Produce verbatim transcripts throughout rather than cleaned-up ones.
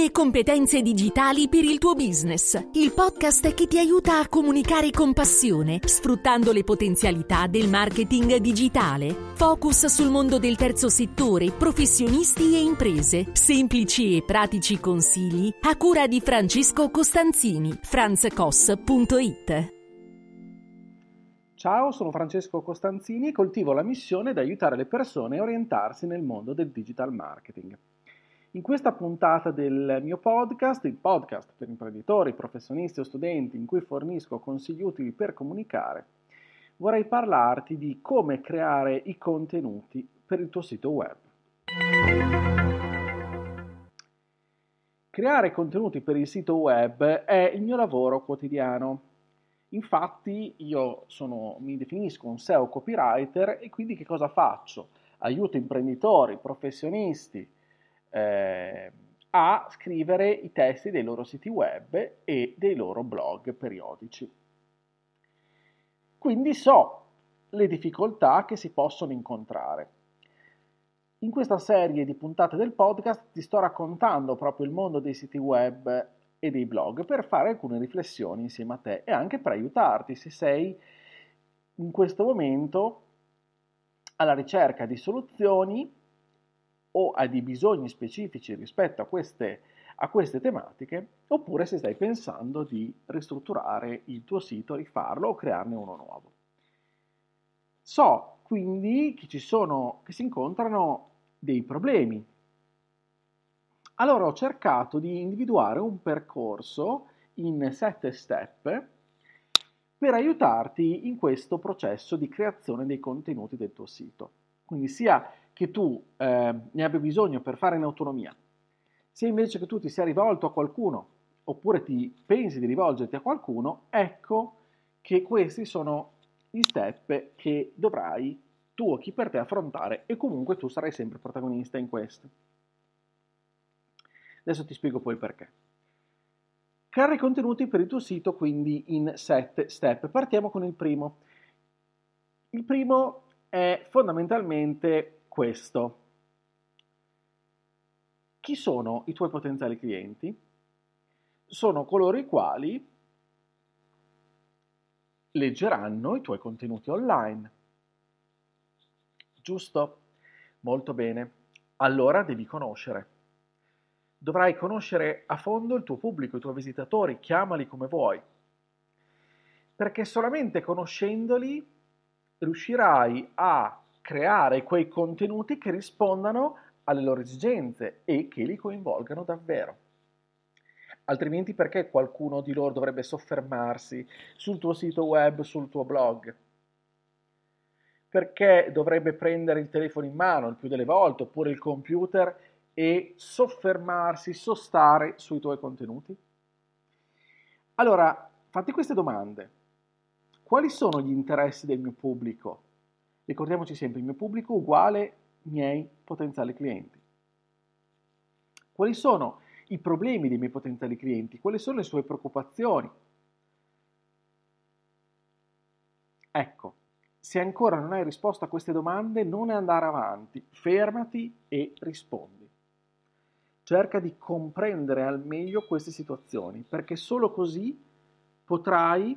e competenze digitali per il tuo business. Il podcast che ti aiuta a comunicare con passione, sfruttando le potenzialità del marketing digitale. Focus sul mondo del terzo settore, professionisti e imprese. Semplici e pratici consigli a cura di Francesco Costanzini. franz cos punto it. Ciao, sono Francesco Costanzini e coltivo la missione di aiutare le persone a orientarsi nel mondo del digital marketing. In questa puntata del mio podcast, il podcast per imprenditori, professionisti o studenti in cui fornisco consigli utili per comunicare, vorrei parlarti di come creare i contenuti per il tuo sito web. Creare contenuti per il sito web è il mio lavoro quotidiano. Infatti io sono, mi definisco un S E O copywriter e quindi che cosa faccio? Aiuto imprenditori, professionisti eh, a scrivere i testi dei loro siti web e dei loro blog periodici. Quindi so le difficoltà che si possono incontrare. In questa serie di puntate del podcast ti sto raccontando proprio il mondo dei siti web e dei blog per fare alcune riflessioni insieme a te e anche per aiutarti se sei in questo momento alla ricerca di soluzioni o hai dei bisogni specifici rispetto a queste, a queste tematiche, oppure se stai pensando di ristrutturare il tuo sito, rifarlo o crearne uno nuovo. So quindi che ci sono, che si incontrano dei problemi. Allora ho cercato di individuare un percorso in sette step per aiutarti in questo processo di creazione dei contenuti del tuo sito. Quindi sia che tu eh, ne abbia bisogno per fare in autonomia, sia invece che tu ti sia rivolto a qualcuno oppure ti pensi di rivolgerti a qualcuno, ecco che questi sono gli step che dovrai tu o chi per te affrontare e comunque tu sarai sempre protagonista in questo. Adesso ti spiego poi perché. Creare contenuti per il tuo sito quindi in sette step. Partiamo con il primo. Il primo è fondamentalmente questo. Chi sono i tuoi potenziali clienti? Sono coloro i quali leggeranno i tuoi contenuti online. Giusto? Molto bene. Allora devi conoscere. Dovrai conoscere a fondo il tuo pubblico, i tuoi visitatori, chiamali come vuoi, perché solamente conoscendoli riuscirai a creare quei contenuti che rispondano alle loro esigenze e che li coinvolgano davvero. Altrimenti perché qualcuno di loro dovrebbe soffermarsi sul tuo sito web, sul tuo blog? Perché dovrebbe prendere il telefono in mano il più delle volte, oppure il computer, e soffermarsi, sostare sui tuoi contenuti? Allora, fatti queste domande. Quali sono gli interessi del mio pubblico? Ricordiamoci sempre, il mio pubblico uguale miei potenziali clienti. Quali sono i problemi dei miei potenziali clienti? Quali sono le sue preoccupazioni? Ecco, se ancora non hai risposto a queste domande, non andare avanti, fermati e rispondi. Cerca di comprendere al meglio queste situazioni, perché solo così potrai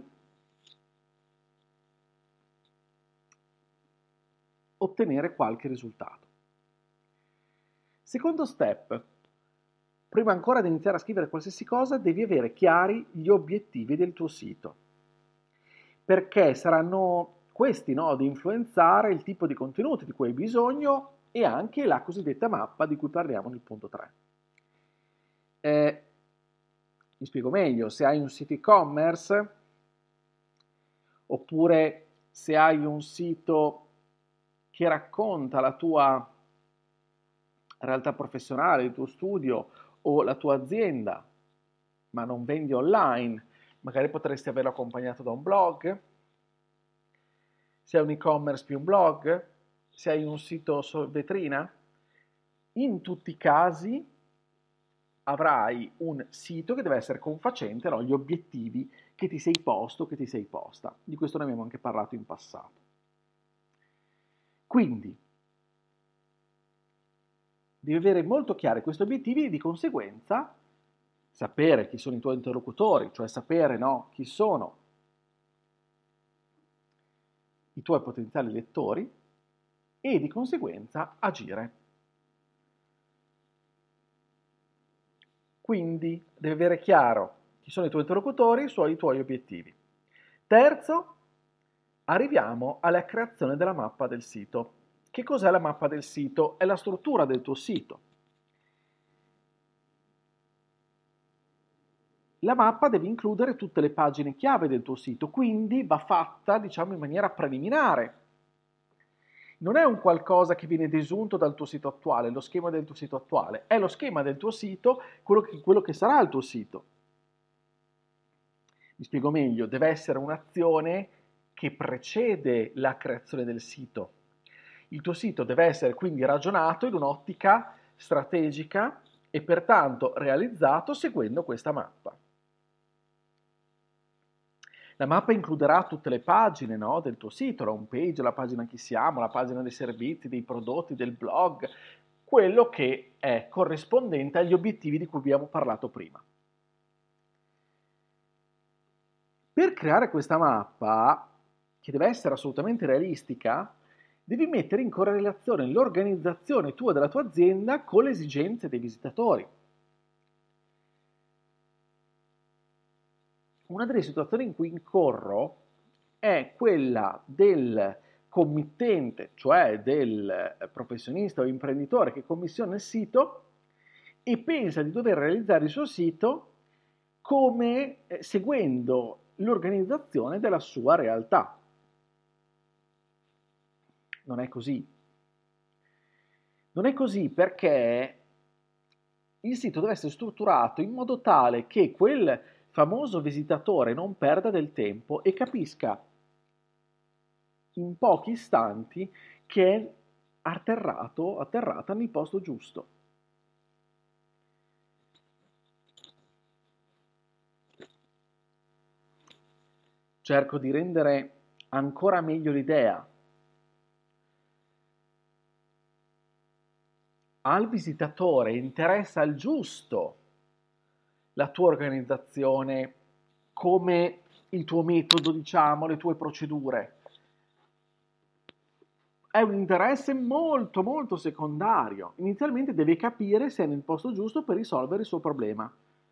ottenere qualche risultato. Secondo step, prima ancora di iniziare a scrivere qualsiasi cosa, devi avere chiari gli obiettivi del tuo sito, perché saranno questi, no, ad influenzare il tipo di contenuti di cui hai bisogno e anche la cosiddetta mappa di cui parliamo nel punto tre. Eh, mi spiego meglio, se hai un sito e-commerce oppure se hai un sito che racconta la tua realtà professionale, il tuo studio o la tua azienda, ma non vendi online, magari potresti averlo accompagnato da un blog. Se hai un e-commerce più un blog, se hai un sito vetrina, in tutti i casi avrai un sito che deve essere confacente agli obiettivi che ti sei posto, che ti sei posta. Di questo ne abbiamo anche parlato in passato. Quindi, devi avere molto chiari questi obiettivi e di conseguenza sapere chi sono i tuoi interlocutori, cioè sapere, no, chi sono i tuoi potenziali lettori e di conseguenza agire. Quindi devi avere chiaro chi sono i tuoi interlocutori, sono i tuoi obiettivi. Terzo, arriviamo alla creazione della mappa del sito. Che cos'è la mappa del sito? È la struttura del tuo sito. La mappa deve includere tutte le pagine chiave del tuo sito, quindi va fatta, diciamo, in maniera preliminare. Non è un qualcosa che viene desunto dal tuo sito attuale, lo schema del tuo sito attuale, è lo schema del tuo sito, quello che, quello che sarà il tuo sito. Mi spiego meglio, deve essere un'azione che precede la creazione del sito. Il tuo sito deve essere quindi ragionato in un'ottica strategica e pertanto realizzato seguendo questa mappa. La mappa includerà tutte le pagine, no, del tuo sito, la home page, la pagina chi siamo, la pagina dei servizi, dei prodotti, del blog, quello che è corrispondente agli obiettivi di cui abbiamo parlato prima. Per creare questa mappa, che deve essere assolutamente realistica, devi mettere in correlazione l'organizzazione tua della tua azienda con le esigenze dei visitatori. Una delle situazioni in cui incorro è quella del committente, cioè del professionista o imprenditore che commissiona il sito e pensa di dover realizzare il suo sito come eh, seguendo l'organizzazione della sua realtà. Non è così. Non è così perché il sito deve essere strutturato in modo tale che quel famoso visitatore non perda del tempo e capisca in pochi istanti che è atterrato, atterrata nel posto giusto. Cerco di rendere ancora meglio l'idea. Al visitatore interessa al giusto la tua organizzazione, come il tuo metodo, diciamo, le tue procedure. È un interesse molto molto secondario. Inizialmente devi capire se è nel posto giusto per risolvere il suo problema.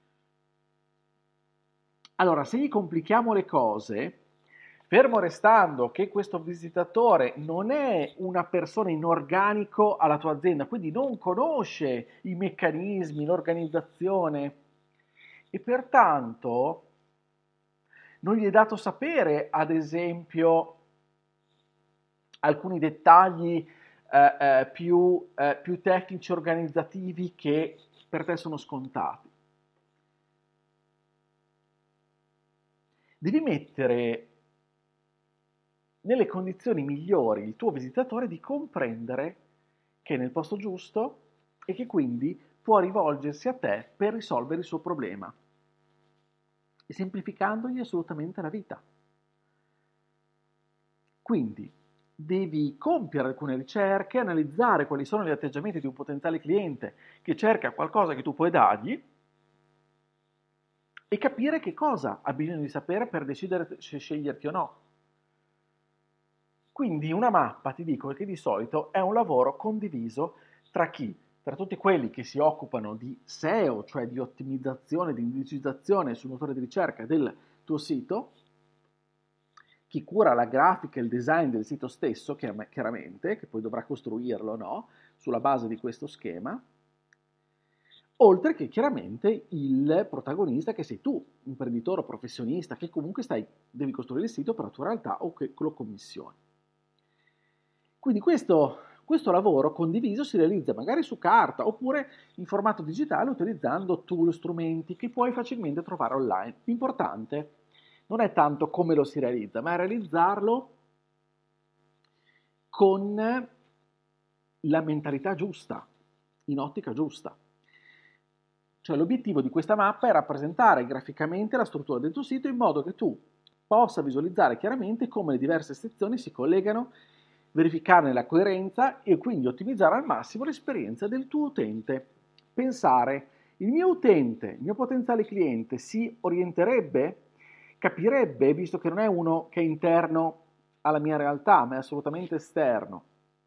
Allora, se gli complichiamo le cose, fermo restando che questo visitatore non è una persona in organico alla tua azienda, quindi non conosce i meccanismi, l'organizzazione e pertanto non gli è dato sapere, ad esempio, alcuni dettagli eh, eh, più, eh, più tecnici organizzativi che per te sono scontati. Devi mettere nelle condizioni migliori il tuo visitatore di comprendere che è nel posto giusto e che quindi può rivolgersi a te per risolvere il suo problema, e semplificandogli assolutamente la vita. Quindi devi compiere alcune ricerche, analizzare quali sono gli atteggiamenti di un potenziale cliente che cerca qualcosa che tu puoi dargli e capire che cosa ha bisogno di sapere per decidere se sceglierti o no. Quindi una mappa, ti dico che di solito è un lavoro condiviso tra chi? Tra tutti quelli che si occupano di S E O, cioè di ottimizzazione, di indicizzazione sul motore di ricerca del tuo sito, chi cura la grafica e il design del sito stesso, chiaramente, che poi dovrà costruirlo, no? Sulla base di questo schema, oltre che chiaramente il protagonista che sei tu, imprenditore o professionista, che comunque stai, devi costruire il sito per la tua realtà o che lo commissioni. Quindi questo, questo lavoro condiviso si realizza magari su carta oppure in formato digitale utilizzando tool, strumenti che puoi facilmente trovare online. L'importante non è tanto come lo si realizza, ma è realizzarlo con la mentalità giusta, in ottica giusta. Cioè l'obiettivo di questa mappa è rappresentare graficamente la struttura del tuo sito in modo che tu possa visualizzare chiaramente come le diverse sezioni si collegano, verificarne la coerenza e quindi ottimizzare al massimo l'esperienza del tuo utente. Pensare il mio utente, il mio potenziale cliente si orienterebbe, capirebbe, visto che non è uno che è interno alla mia realtà, ma è assolutamente esterno,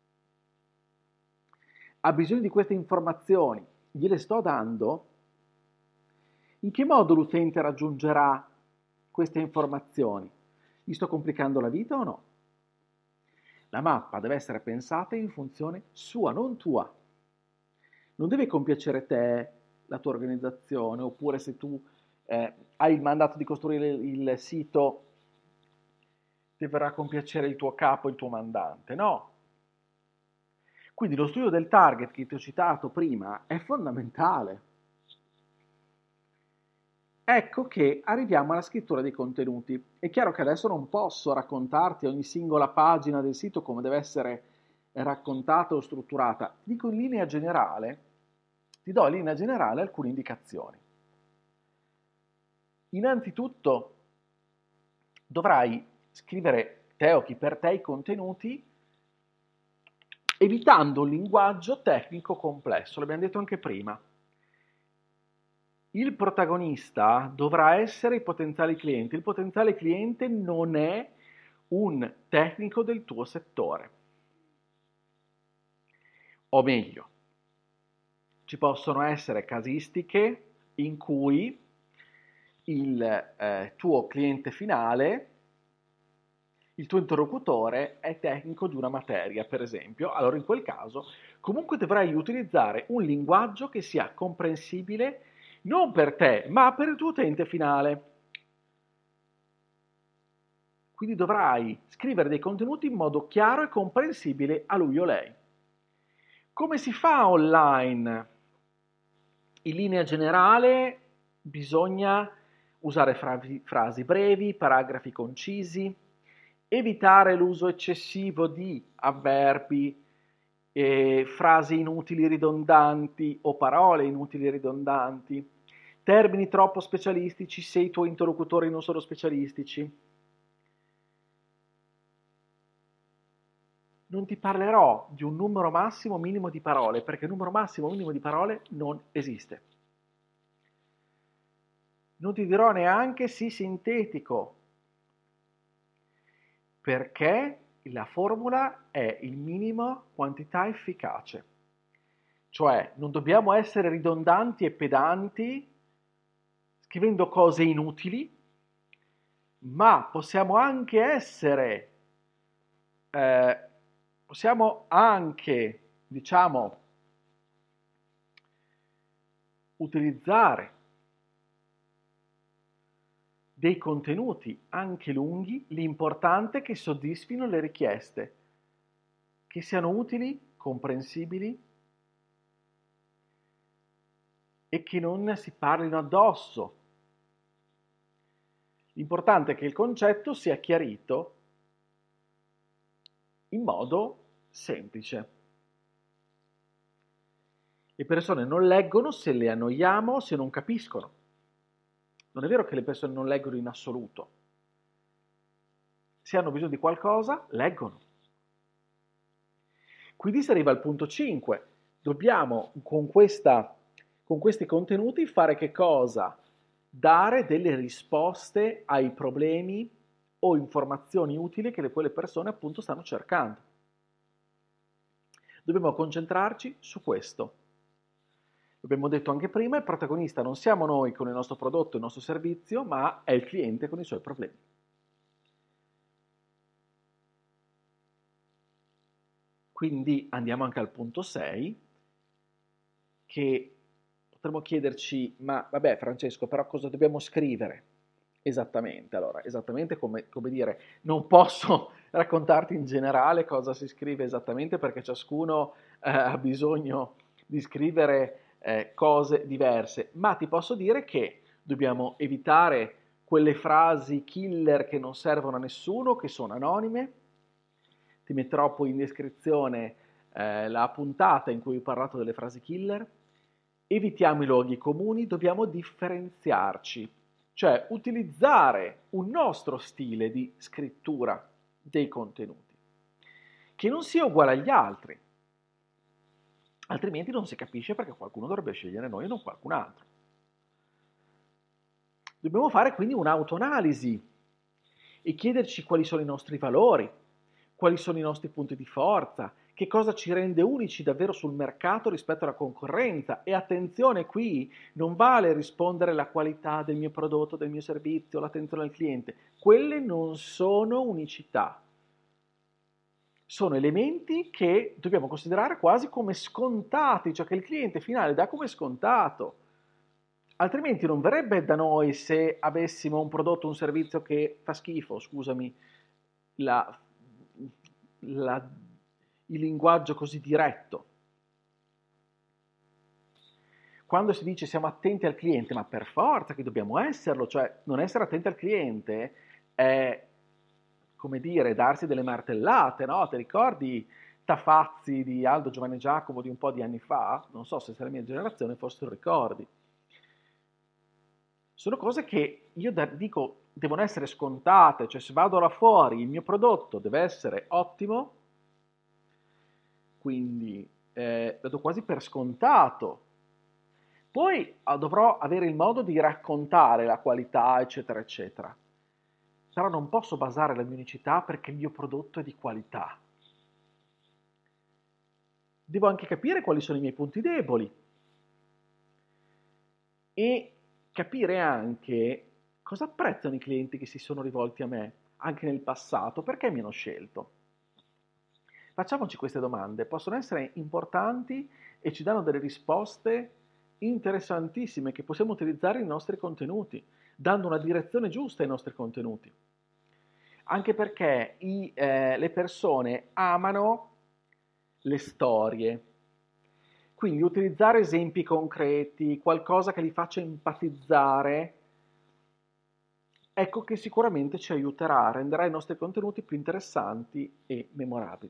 ha bisogno di queste informazioni, gliele sto dando, in che modo l'utente raggiungerà queste informazioni? Gli sto complicando la vita o no? La mappa deve essere pensata in funzione sua, non tua. Non deve compiacere te, la tua organizzazione, oppure se tu eh, hai il mandato di costruire il, il sito, dovrà compiacere il tuo capo, il tuo mandante. No. Quindi lo studio del target che ti ho citato prima è fondamentale. Ecco che arriviamo alla scrittura dei contenuti. È chiaro che adesso non posso raccontarti ogni singola pagina del sito come deve essere raccontata o strutturata. Ti dico in linea generale, ti do in linea generale alcune indicazioni. Innanzitutto dovrai scrivere te o chi per te i contenuti evitando un linguaggio tecnico complesso, l'abbiamo detto anche prima. Il protagonista dovrà essere il potenziale cliente. Il potenziale cliente non è un tecnico del tuo settore. O meglio, ci possono essere casistiche in cui il eh, tuo cliente finale, il tuo interlocutore, è tecnico di una materia, per esempio. Allora in quel caso comunque dovrai utilizzare un linguaggio che sia comprensibile non per te, ma per il tuo utente finale. Quindi dovrai scrivere dei contenuti in modo chiaro e comprensibile a lui o lei. Come si fa online? In linea generale bisogna usare frasi, frasi brevi, paragrafi concisi, evitare l'uso eccessivo di avverbi, eh, frasi inutili ridondanti o parole inutili ridondanti, termini troppo specialistici se i tuoi interlocutori non sono specialistici. Non ti parlerò di un numero massimo minimo di parole, perché il numero massimo minimo di parole non esiste. Non ti dirò neanche sii sintetico, perché la formula è il minimo quantità efficace. Cioè, non dobbiamo essere ridondanti e pedanti scrivendo cose inutili, ma possiamo anche essere, eh, possiamo anche, diciamo, utilizzare dei contenuti anche lunghi, l'importante è che soddisfino le richieste, che siano utili, comprensibili e che non si parlino addosso. L'importante è che il concetto sia chiarito in modo semplice. Le persone non leggono se le annoiamo o se non capiscono. Non è vero che le persone non leggono in assoluto. Se hanno bisogno di qualcosa, leggono. Quindi si arriva al punto cinque. Dobbiamo con, questa, con questi contenuti fare che cosa? Dare delle risposte ai problemi o informazioni utili che quelle persone appunto stanno cercando. Dobbiamo concentrarci su questo. L'abbiamo detto anche prima, il protagonista non siamo noi con il nostro prodotto e il nostro servizio, ma è il cliente con i suoi problemi. Quindi andiamo anche al punto sei, che potremmo chiederci, ma vabbè Francesco, però cosa dobbiamo scrivere? Esattamente, allora, esattamente come, come dire, non posso raccontarti in generale cosa si scrive esattamente perché ciascuno eh, ha bisogno di scrivere eh, cose diverse, ma ti posso dire che dobbiamo evitare quelle frasi killer che non servono a nessuno, che sono anonime. Ti metterò poi in descrizione eh, la puntata in cui ho parlato delle frasi killer. Evitiamo i luoghi comuni, dobbiamo differenziarci, cioè utilizzare un nostro stile di scrittura dei contenuti, che non sia uguale agli altri. altrimenti non si capisce perché qualcuno dovrebbe scegliere noi e non qualcun altro. Dobbiamo fare quindi un'autoanalisi e chiederci quali sono i nostri valori, quali sono i nostri punti di forza, che cosa ci rende unici davvero sul mercato rispetto alla concorrenza. E attenzione, qui non vale rispondere alla qualità del mio prodotto, del mio servizio, l'attenzione al cliente. Quelle non sono unicità. Sono elementi che dobbiamo considerare quasi come scontati, cioè che il cliente finale dà come scontato. Altrimenti non verrebbe da noi se avessimo un prodotto, un servizio che fa schifo, scusami, la, la, il linguaggio così diretto. Quando si dice siamo attenti al cliente, ma per forza che dobbiamo esserlo, cioè non essere attenti al cliente è, come dire, darsi delle martellate, no? Ti ricordi Tafazzi di Aldo Giovanni Giacomo di un po' di anni fa? Non so se sei la mia generazione, forse lo ricordi. Sono cose che io dico devono essere scontate, cioè se vado là fuori il mio prodotto deve essere ottimo, quindi eh, lo do quasi per scontato. Poi ah, dovrò avere il modo di raccontare la qualità, eccetera, eccetera. Però non posso basare la mia unicità perché il mio prodotto è di qualità. Devo anche capire quali sono i miei punti deboli e capire anche cosa apprezzano i clienti che si sono rivolti a me, anche nel passato, perché mi hanno scelto. Facciamoci queste domande, possono essere importanti e ci danno delle risposte interessantissime che possiamo utilizzare nei nostri contenuti, dando una direzione giusta ai nostri contenuti. Anche perché i, eh, le persone amano le storie. Quindi utilizzare esempi concreti, qualcosa che li faccia empatizzare, ecco che sicuramente ci aiuterà, renderà i nostri contenuti più interessanti e memorabili.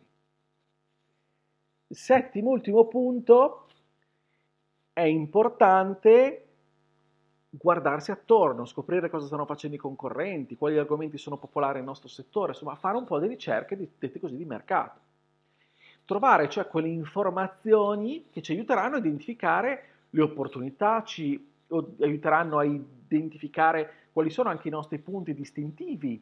Il settimo, ultimo punto, è importante guardarsi attorno, scoprire cosa stanno facendo i concorrenti, quali argomenti sono popolari nel nostro settore, insomma fare un po' di ricerche, dette così, di mercato. Trovare cioè quelle informazioni che ci aiuteranno a identificare le opportunità, ci aiuteranno a identificare quali sono anche i nostri punti distintivi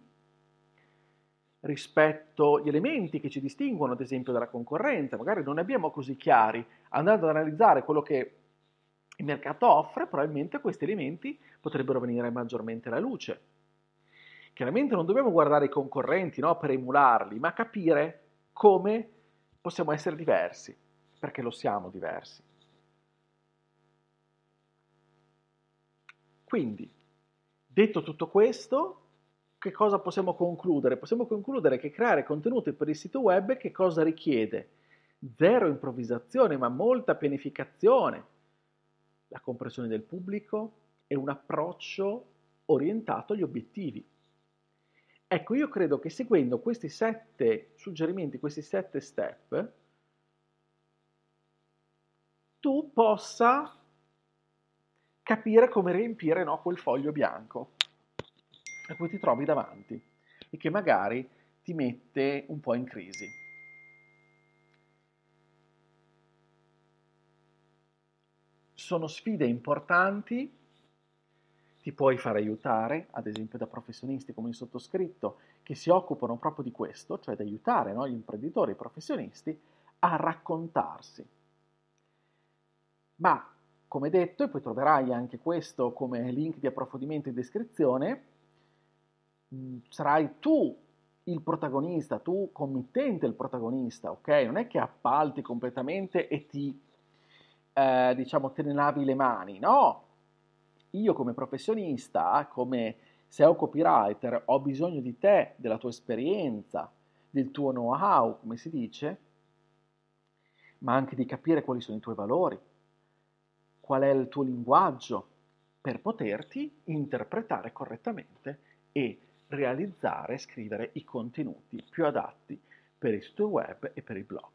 rispetto agli elementi che ci distinguono, ad esempio, dalla concorrenza. Magari non ne abbiamo così chiari. Andando ad analizzare quello che il mercato offre, probabilmente questi elementi potrebbero venire maggiormente alla luce. Chiaramente non dobbiamo guardare i concorrenti, no, per emularli, ma capire come possiamo essere diversi, perché lo siamo diversi. Quindi, detto tutto questo, che cosa possiamo concludere? Possiamo concludere che creare contenuti per il sito web che cosa richiede? Zero improvvisazione, ma molta pianificazione, la comprensione del pubblico e un approccio orientato agli obiettivi. Ecco, io credo che seguendo questi sette suggerimenti, questi sette step, tu possa capire come riempire, no, quel foglio bianco a cui ti trovi davanti e che magari ti mette un po' in crisi. Sono sfide importanti, ti puoi far aiutare, ad esempio da professionisti come il sottoscritto, che si occupano proprio di questo, cioè di aiutare, no, gli imprenditori, i professionisti, a raccontarsi. Ma, come detto, e poi troverai anche questo come link di approfondimento in descrizione, mh, sarai tu il protagonista, tu committente il protagonista, ok? Non è che appalti completamente e ti, eh, diciamo, te ne lavi le mani, no! Io come professionista, come S E O copywriter, ho bisogno di te, della tua esperienza, del tuo know-how, come si dice, ma anche di capire quali sono i tuoi valori, qual è il tuo linguaggio, per poterti interpretare correttamente e realizzare e scrivere i contenuti più adatti per il sito web e per il blog.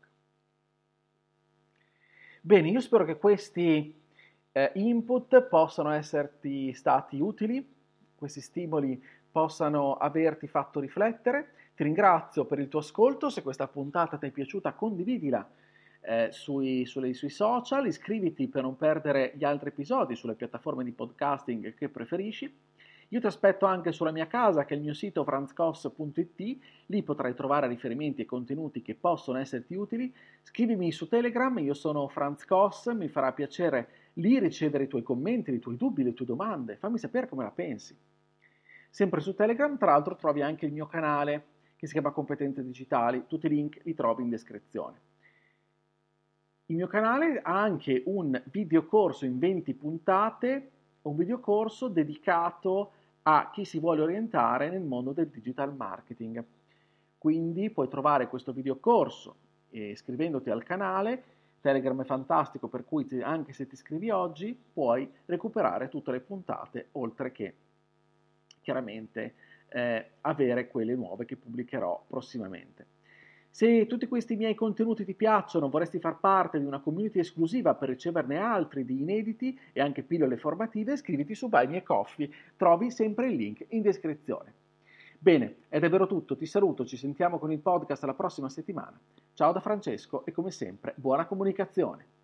Bene, io spero che questi eh, input possano esserti stati utili, questi stimoli possano averti fatto riflettere. Ti ringrazio per il tuo ascolto, se questa puntata ti è piaciuta condividila eh, sui, sulle, sui social, iscriviti per non perdere gli altri episodi sulle piattaforme di podcasting che preferisci. Io ti aspetto anche sulla mia casa, che è il mio sito franz cos punto it, lì potrai trovare riferimenti e contenuti che possono esserti utili. Scrivimi su Telegram, io sono Franz Cos, mi farà piacere lì ricevere i tuoi commenti, i tuoi dubbi, le tue domande, fammi sapere come la pensi. Sempre su Telegram, tra l'altro, trovi anche il mio canale che si chiama Competenze Digitali, tutti i link li trovi in descrizione. Il mio canale ha anche un videocorso in venti puntate, un videocorso dedicato a chi si vuole orientare nel mondo del digital marketing. Quindi puoi trovare questo videocorso eh, iscrivendoti al canale. Telegram è fantastico, per cui ti, anche se ti iscrivi oggi puoi recuperare tutte le puntate, oltre che chiaramente eh, avere quelle nuove che pubblicherò prossimamente. Se tutti questi miei contenuti ti piacciono, vorresti far parte di una community esclusiva per riceverne altri di inediti e anche pillole formative, iscriviti su Buy Me a Coffee, trovi sempre il link in descrizione. Bene, è davvero tutto, ti saluto, ci sentiamo con il podcast la prossima settimana. Ciao da Francesco e come sempre buona comunicazione.